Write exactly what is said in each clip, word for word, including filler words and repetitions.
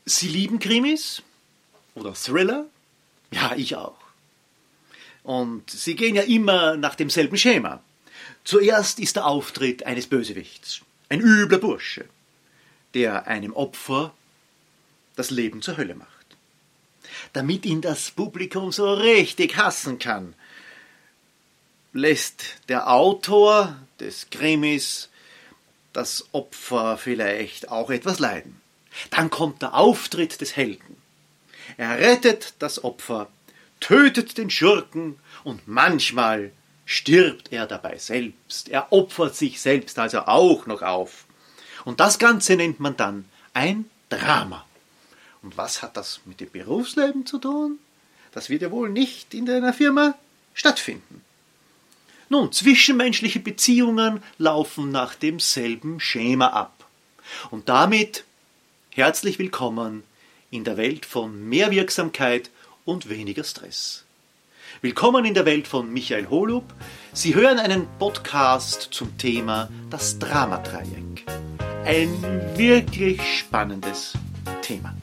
Sie lieben Krimis oder Thriller? Ja, ich auch. Und sie gehen ja immer nach demselben Schema. Zuerst ist der Auftritt eines Bösewichts, ein übler Bursche, der einem Opfer das Leben zur Hölle macht. Damit ihn das Publikum so richtig hassen kann, lässt der Autor des Krimis das Opfer vielleicht auch etwas leiden. Dann kommt der Auftritt des Helden. Er rettet das Opfer, tötet den Schurken und manchmal stirbt er dabei selbst. Er opfert sich selbst also auch noch auf. Und das Ganze nennt man dann ein Drama. Und was hat das mit dem Berufsleben zu tun? Das wird ja wohl nicht in einer Firma stattfinden. Nun, zwischenmenschliche Beziehungen laufen nach demselben Schema ab. Und damit herzlich willkommen in der Welt von mehr Wirksamkeit und weniger Stress. Willkommen in der Welt von Michael Holub. Sie hören einen Podcast zum Thema das Dramadreieck. Ein wirklich spannendes Thema.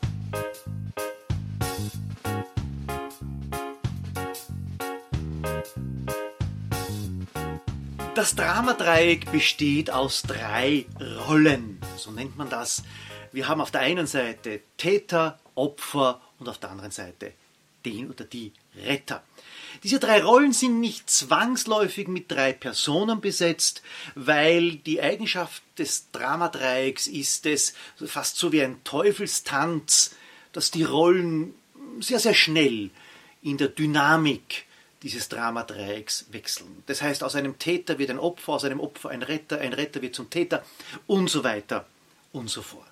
Das Dramadreieck besteht aus drei Rollen, so nennt man das. Wir haben auf der einen Seite Täter, Opfer und auf der anderen Seite den oder die Retter. Diese drei Rollen sind nicht zwangsläufig mit drei Personen besetzt, weil die Eigenschaft des Dramadreiecks ist es, fast so wie ein Teufelstanz, dass die Rollen sehr, sehr schnell in der Dynamik dieses Dramadreiecks wechseln. Das heißt, aus einem Täter wird ein Opfer, aus einem Opfer ein Retter, ein Retter wird zum Täter und so weiter und so fort.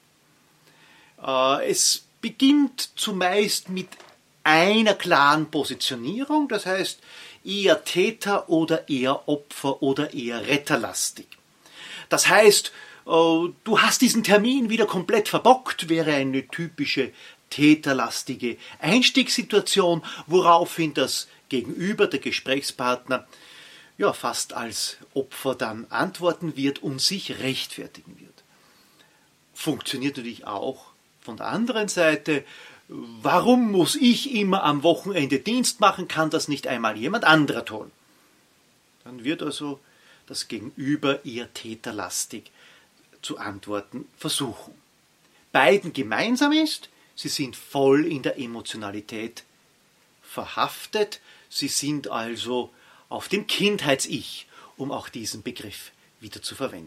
Es beginnt zumeist mit einer klaren Positionierung, das heißt eher Täter oder eher Opfer oder eher retterlastig. Das heißt, du hast diesen Termin wieder komplett verbockt, wäre eine typische täterlastige Einstiegssituation, woraufhin das Gegenüber, der Gesprächspartner, ja fast als Opfer dann antworten wird und sich rechtfertigen wird. Funktioniert natürlich auch von der anderen Seite. Warum muss ich immer am Wochenende Dienst machen? Kann das nicht einmal jemand anderer tun? Dann wird also das Gegenüber eher täterlastig zu antworten versuchen. Beiden gemeinsam ist, sie sind voll in der Emotionalität verhaftet. Sie sind also auf dem Kindheits-Ich, um auch diesen Begriff wieder zu verwenden.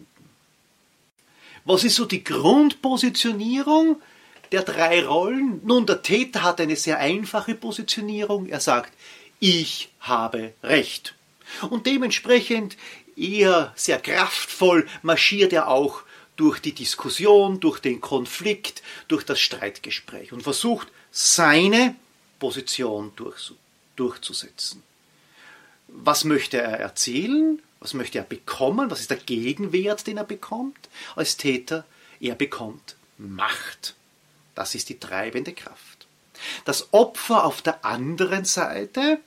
Was ist so die Grundpositionierung der drei Rollen? Nun, der Täter hat eine sehr einfache Positionierung. Er sagt, ich habe Recht. Und dementsprechend eher sehr kraftvoll marschiert er auch durch die Diskussion, durch den Konflikt, durch das Streitgespräch und versucht, seine Position durchzusetzen. Was möchte er erzielen? Was möchte er bekommen? Was ist der Gegenwert, den er bekommt als Täter? Er bekommt Macht. Das ist die treibende Kraft. Das Opfer auf der anderen Seite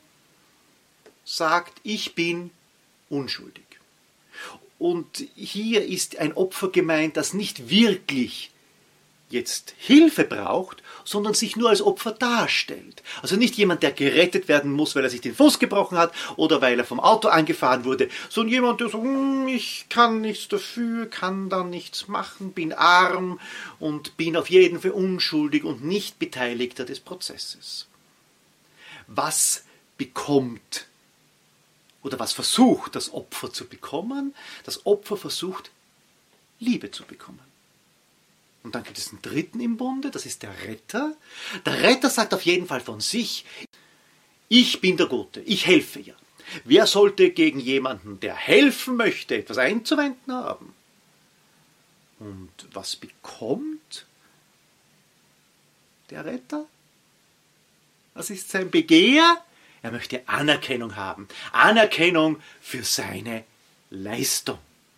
sagt, ich bin unschuldig. Und hier ist ein Opfer gemeint, das nicht wirklich jetzt Hilfe braucht, sondern sich nur als Opfer darstellt. Also nicht jemand, der gerettet werden muss, weil er sich den Fuß gebrochen hat oder weil er vom Auto angefahren wurde, sondern jemand, der so, hm, ich kann nichts dafür, kann da nichts machen, bin arm und bin auf jeden Fall unschuldig und nicht Beteiligter des Prozesses. Was bekommt oder was versucht das Opfer zu bekommen? Das Opfer versucht, Liebe zu bekommen. Und dann gibt es einen dritten im Bunde, das ist der Retter. Der Retter sagt auf jeden Fall von sich, ich bin der Gute, ich helfe ja. Wer sollte gegen jemanden, der helfen möchte, etwas einzuwenden haben? Und was bekommt der Retter? Was ist sein Begehr? Er möchte Anerkennung haben. Anerkennung für seine Leistung.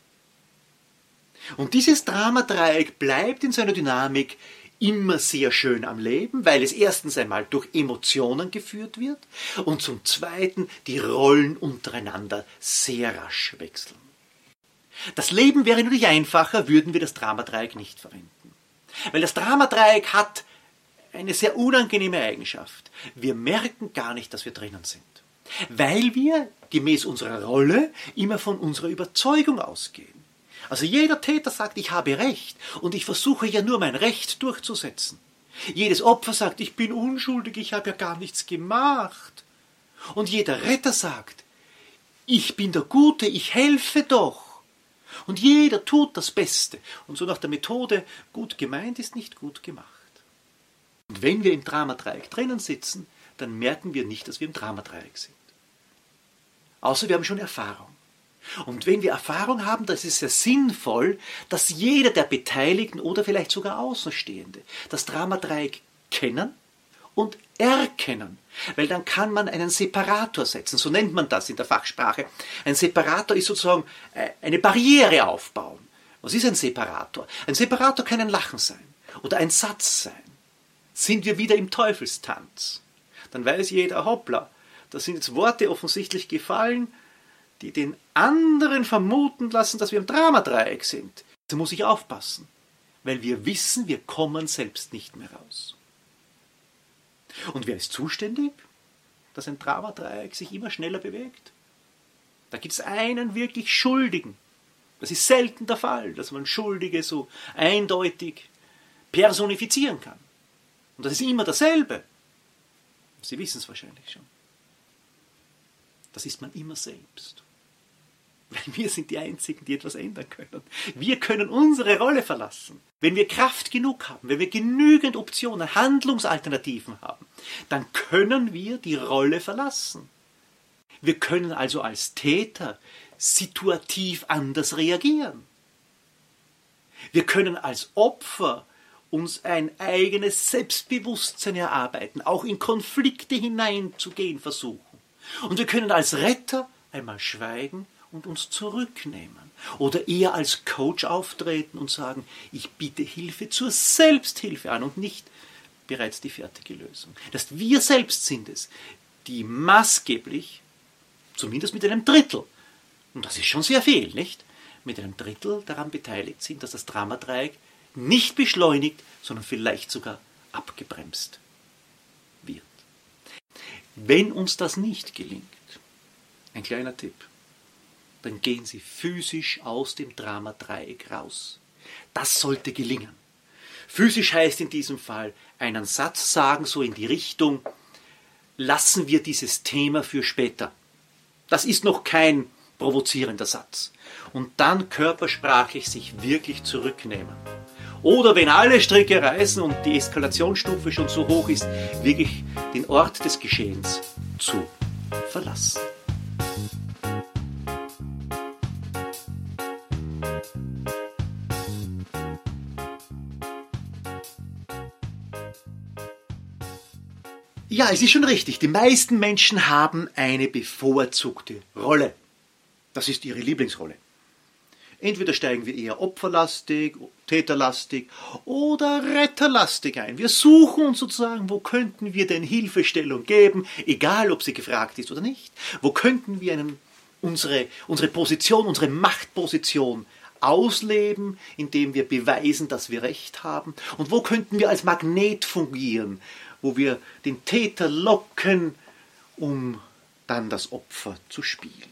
Und dieses Dramadreieck bleibt in seiner Dynamik immer sehr schön am Leben, weil es erstens einmal durch Emotionen geführt wird und zum Zweiten die Rollen untereinander sehr rasch wechseln. Das Leben wäre natürlich einfacher, würden wir das Dramadreieck nicht verwenden. Weil das Dramadreieck hat eine sehr unangenehme Eigenschaft. Wir merken gar nicht, dass wir drinnen sind. Weil wir gemäß unserer Rolle immer von unserer Überzeugung ausgehen. Also jeder Täter sagt, ich habe Recht und ich versuche ja nur mein Recht durchzusetzen. Jedes Opfer sagt, ich bin unschuldig, ich habe ja gar nichts gemacht. Und jeder Retter sagt, ich bin der Gute, ich helfe doch. Und jeder tut das Beste. Und so nach der Methode, gut gemeint ist nicht gut gemacht. Und wenn wir im Dramadreieck drinnen sitzen, dann merken wir nicht, dass wir im Dramadreieck sind. Außer wir haben schon Erfahrung. Und wenn wir Erfahrung haben, dann ist es sehr sinnvoll, dass jeder der Beteiligten oder vielleicht sogar Außenstehende das Dramadreieck kennen und erkennen. Weil dann kann man einen Separator setzen, so nennt man das in der Fachsprache. Ein Separator ist sozusagen eine Barriere aufbauen. Was ist ein Separator? Ein Separator kann ein Lachen sein oder ein Satz sein. Sind wir wieder im Teufelstanz? Dann weiß jeder, hoppla, da sind jetzt Worte offensichtlich gefallen, die den anderen vermuten lassen, dass wir im Dramadreieck sind. Da muss ich aufpassen, weil wir wissen, wir kommen selbst nicht mehr raus. Und wer ist zuständig, dass ein Dramadreieck sich immer schneller bewegt? Da gibt es einen wirklich Schuldigen. Das ist selten der Fall, dass man Schuldige so eindeutig personifizieren kann. Und das ist immer dasselbe. Sie wissen es wahrscheinlich schon. Das ist man immer selbst. Weil wir sind die Einzigen, die etwas ändern können. Wir können unsere Rolle verlassen. Wenn wir Kraft genug haben, wenn wir genügend Optionen, Handlungsalternativen haben, dann können wir die Rolle verlassen. Wir können also als Täter situativ anders reagieren. Wir können als Opfer uns ein eigenes Selbstbewusstsein erarbeiten, auch in Konflikte hineinzugehen versuchen. Und wir können als Retter einmal schweigen und uns zurücknehmen. Oder eher als Coach auftreten und sagen, ich biete Hilfe zur Selbsthilfe an und nicht bereits die fertige Lösung. Das heißt, wir selbst sind es, die maßgeblich, zumindest mit einem Drittel, und das ist schon sehr viel, nicht? Mit einem Drittel daran beteiligt sind, dass das Dramadreieck nicht beschleunigt, sondern vielleicht sogar abgebremst wird. Wenn uns das nicht gelingt, ein kleiner Tipp, dann gehen Sie physisch aus dem Dramadreieck raus. Das sollte gelingen. Physisch heißt in diesem Fall einen Satz sagen, so in die Richtung, lassen wir dieses Thema für später. Das ist noch kein provozierender Satz. Und dann körpersprachlich sich wirklich zurücknehmen. Oder wenn alle Stricke reißen und die Eskalationsstufe schon so hoch ist, wirklich den Ort des Geschehens zu verlassen. Ja, es ist schon richtig. Die meisten Menschen haben eine bevorzugte Rolle. Das ist ihre Lieblingsrolle. Entweder steigen wir eher opferlastig, täterlastig oder retterlastig ein. Wir suchen uns sozusagen, wo könnten wir denn Hilfestellung geben, egal ob sie gefragt ist oder nicht. Wo könnten wir einen, unsere, unsere Position, unsere Machtposition ausleben, indem wir beweisen, dass wir Recht haben. Und wo könnten wir als Magnet fungieren, wo wir den Täter locken, um dann das Opfer zu spielen.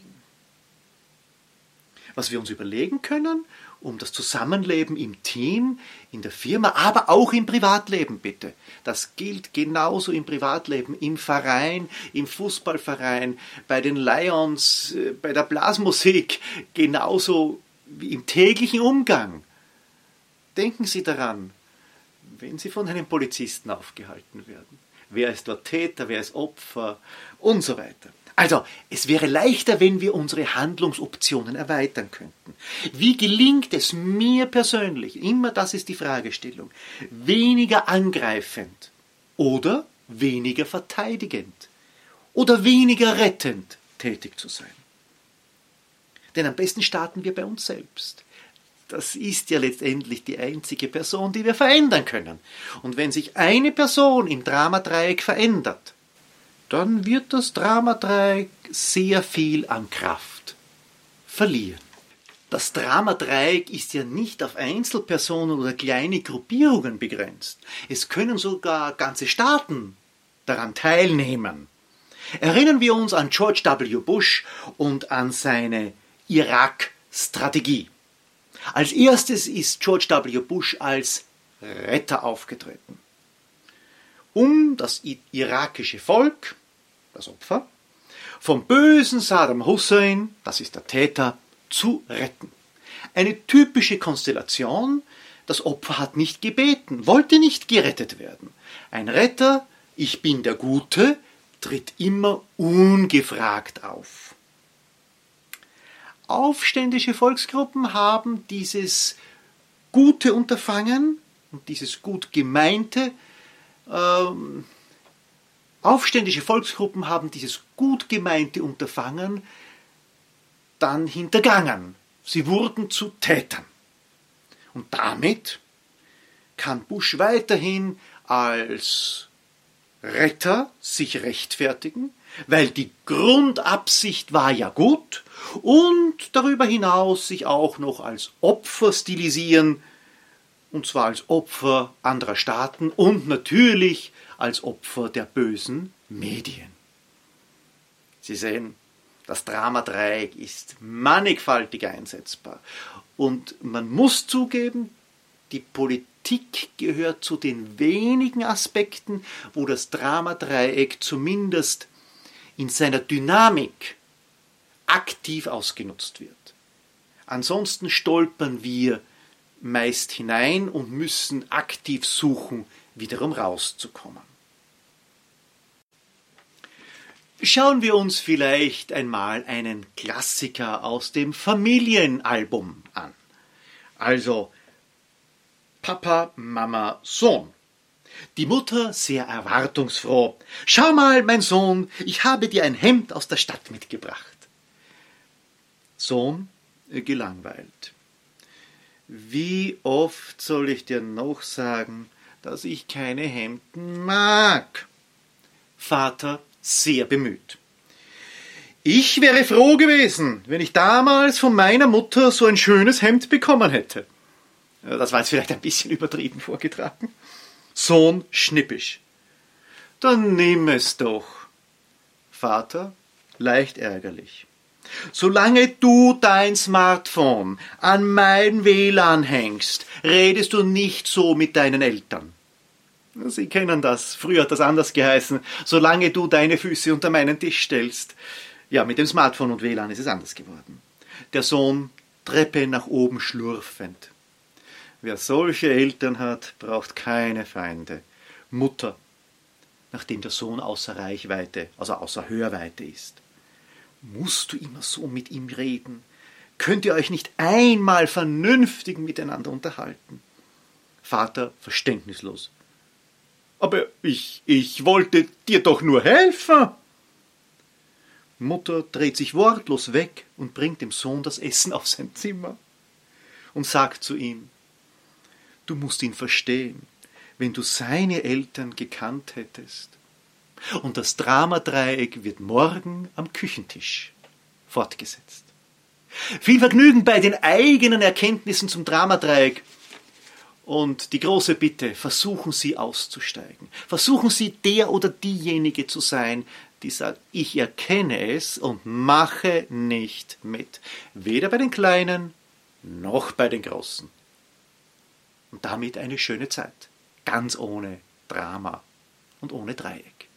Was wir uns überlegen können, um das Zusammenleben im Team, in der Firma, aber auch im Privatleben bitte. Das gilt genauso im Privatleben, im Verein, im Fußballverein, bei den Lions, bei der Blasmusik, genauso wie im täglichen Umgang. Denken Sie daran, wenn Sie von einem Polizisten aufgehalten werden. Wer ist dort Täter, wer ist Opfer und so weiter. Also, es wäre leichter, wenn wir unsere Handlungsoptionen erweitern könnten. Wie gelingt es mir persönlich, immer das ist die Fragestellung, weniger angreifend oder weniger verteidigend oder weniger rettend tätig zu sein? Denn am besten starten wir bei uns selbst. Das ist ja letztendlich die einzige Person, die wir verändern können. Und wenn sich eine Person im Dramadreieck verändert, dann wird das Dramadreieck sehr viel an Kraft verlieren. Das Dramadreieck ist ja nicht auf Einzelpersonen oder kleine Gruppierungen begrenzt. Es können sogar ganze Staaten daran teilnehmen. Erinnern wir uns an George W. Bush und an seine Irak-Strategie. Als erstes ist George W. Bush als Retter aufgetreten, um das irakische Volk, das Opfer, vom bösen Saddam Hussein, das ist der Täter, zu retten. Eine typische Konstellation, das Opfer hat nicht gebeten, wollte nicht gerettet werden. Ein Retter, ich bin der Gute, tritt immer ungefragt auf. Aufständische Volksgruppen haben dieses gute Unterfangen und dieses gut gemeinte, ähm, aufständische Volksgruppen haben dieses gut gemeinte Unterfangen dann hintergangen. Sie wurden zu Tätern. Und damit kann Bush weiterhin als Retter sich rechtfertigen, weil die Grundabsicht war ja gut, und darüber hinaus sich auch noch als Opfer stilisieren, und zwar als Opfer anderer Staaten und natürlich als Opfer der bösen Medien. Sie sehen, das Dramadreieck ist mannigfaltig einsetzbar. Und man muss zugeben, die Politik gehört zu den wenigen Aspekten, wo das Dramadreieck zumindest in seiner Dynamik aktiv ausgenutzt wird. Ansonsten stolpern wir meist hinein und müssen aktiv suchen, wiederum rauszukommen. Schauen wir uns vielleicht einmal einen Klassiker aus dem Familienalbum an. Also Papa, Mama, Sohn. Die Mutter sehr erwartungsfroh. Schau mal, mein Sohn, ich habe dir ein Hemd aus der Stadt mitgebracht. Sohn gelangweilt. Wie oft soll ich dir noch sagen, dass ich keine Hemden mag? Vater sehr bemüht. Ich wäre froh gewesen, wenn ich damals von meiner Mutter so ein schönes Hemd bekommen hätte. Das war jetzt vielleicht ein bisschen übertrieben vorgetragen. Sohn schnippisch. Dann nimm es doch. Vater leicht ärgerlich. Solange du dein Smartphone an mein W L A N hängst, redest du nicht so mit deinen Eltern. Sie kennen das. Früher hat das anders geheißen. Solange du deine Füße unter meinen Tisch stellst. Ja, mit dem Smartphone und W L A N ist es anders geworden. Der Sohn Treppe nach oben schlurfend. Wer solche Eltern hat, braucht keine Feinde. Mutter, nachdem der Sohn außer Reichweite, also außer Hörweite ist. Musst du immer so mit ihm reden? Könnt ihr euch nicht einmal vernünftig miteinander unterhalten? Vater verständnislos. Aber ich, ich wollte dir doch nur helfen. Mutter dreht sich wortlos weg und bringt dem Sohn das Essen auf sein Zimmer und sagt zu ihm, du musst ihn verstehen, wenn du seine Eltern gekannt hättest. Und das Dramadreieck wird morgen am Küchentisch fortgesetzt. Viel Vergnügen bei den eigenen Erkenntnissen zum Dramadreieck. Und die große Bitte, versuchen Sie auszusteigen. Versuchen Sie der oder diejenige zu sein, die sagt, ich erkenne es und mache nicht mit. Weder bei den Kleinen noch bei den Großen. Und damit eine schöne Zeit. Ganz ohne Drama und ohne Dreieck.